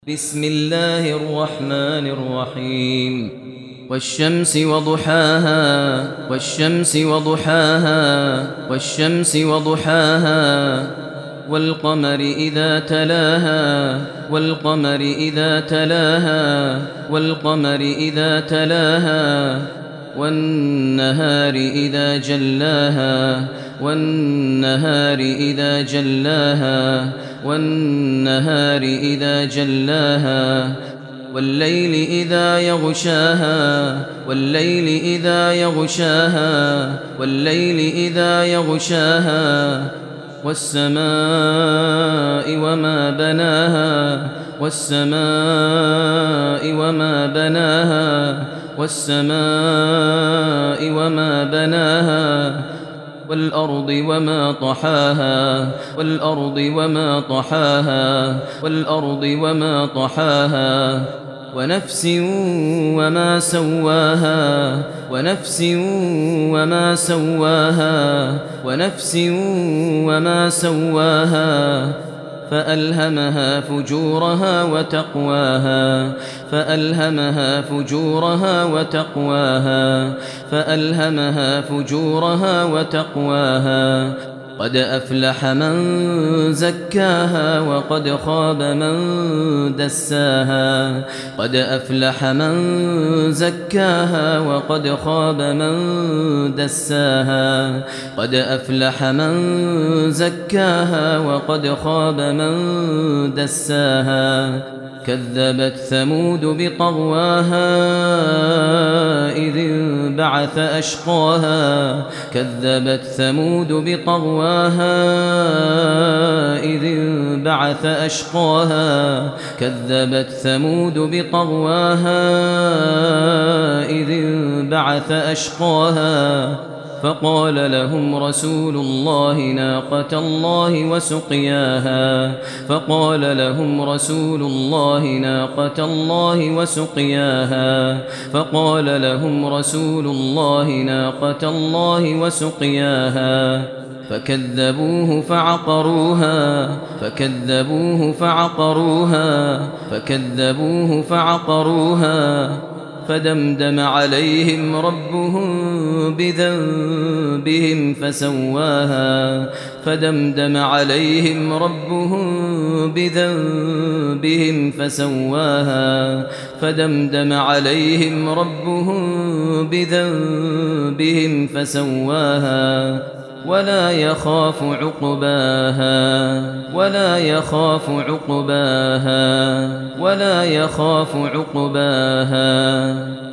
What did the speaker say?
بسم الله الرحمن الرحيم والشمس وضحاها والشمس وضحاها والشمس وضحاها والقمر إذا تلاها والقمر إذا تلاها والقمر إذا تلاها والنهار إذا جلاها والنهار إذا جلاها والنهار إذا جلاها والليل إذا يغشاها والليل إذا يغشاها والليل إذا يغشاها والسماء وما بناها والسماء وما بناها والسماء وما بناها والأرض وما طحاها والأرض وما طحاها والأرض وما طحاها ونفس وما سواها ونفس وما سواها ونفس وما سواها فألهمها فجورها وتقواها فألهمها فجورها وتقواها فألهمها فجورها وتقواها قد أفلح من زكاها وقد خاب من دساها قد أفلح من زكاها وقد خاب من دساها قد أفلح من زكاها وقد خاب من دساها كذبت ثمود بطغواها إذ انبعث أشقاها كذبت ثمود بطغواها إذ انبعث أشقاها كذبت ثمود بطغواها إذ انبعث أشقاها فقال لهم رسول الله ناقة الله وسقياها فقال لهم رسول الله ناقة الله وسقياها فقال لهم رسول الله ناقة الله وسقياها فكذبوه فعقروها فكذبوه فعقروها فكذبوه فعقروها فدمدم عليهم ربهم بذنبهم فسواها فدمدم عليهم ربهم بذنبهم فسواها فدمدم عليهم ربهم بذنبهم فسواها ولا يخاف عقباها ولا يخاف عقباها ولا يخاف عقباها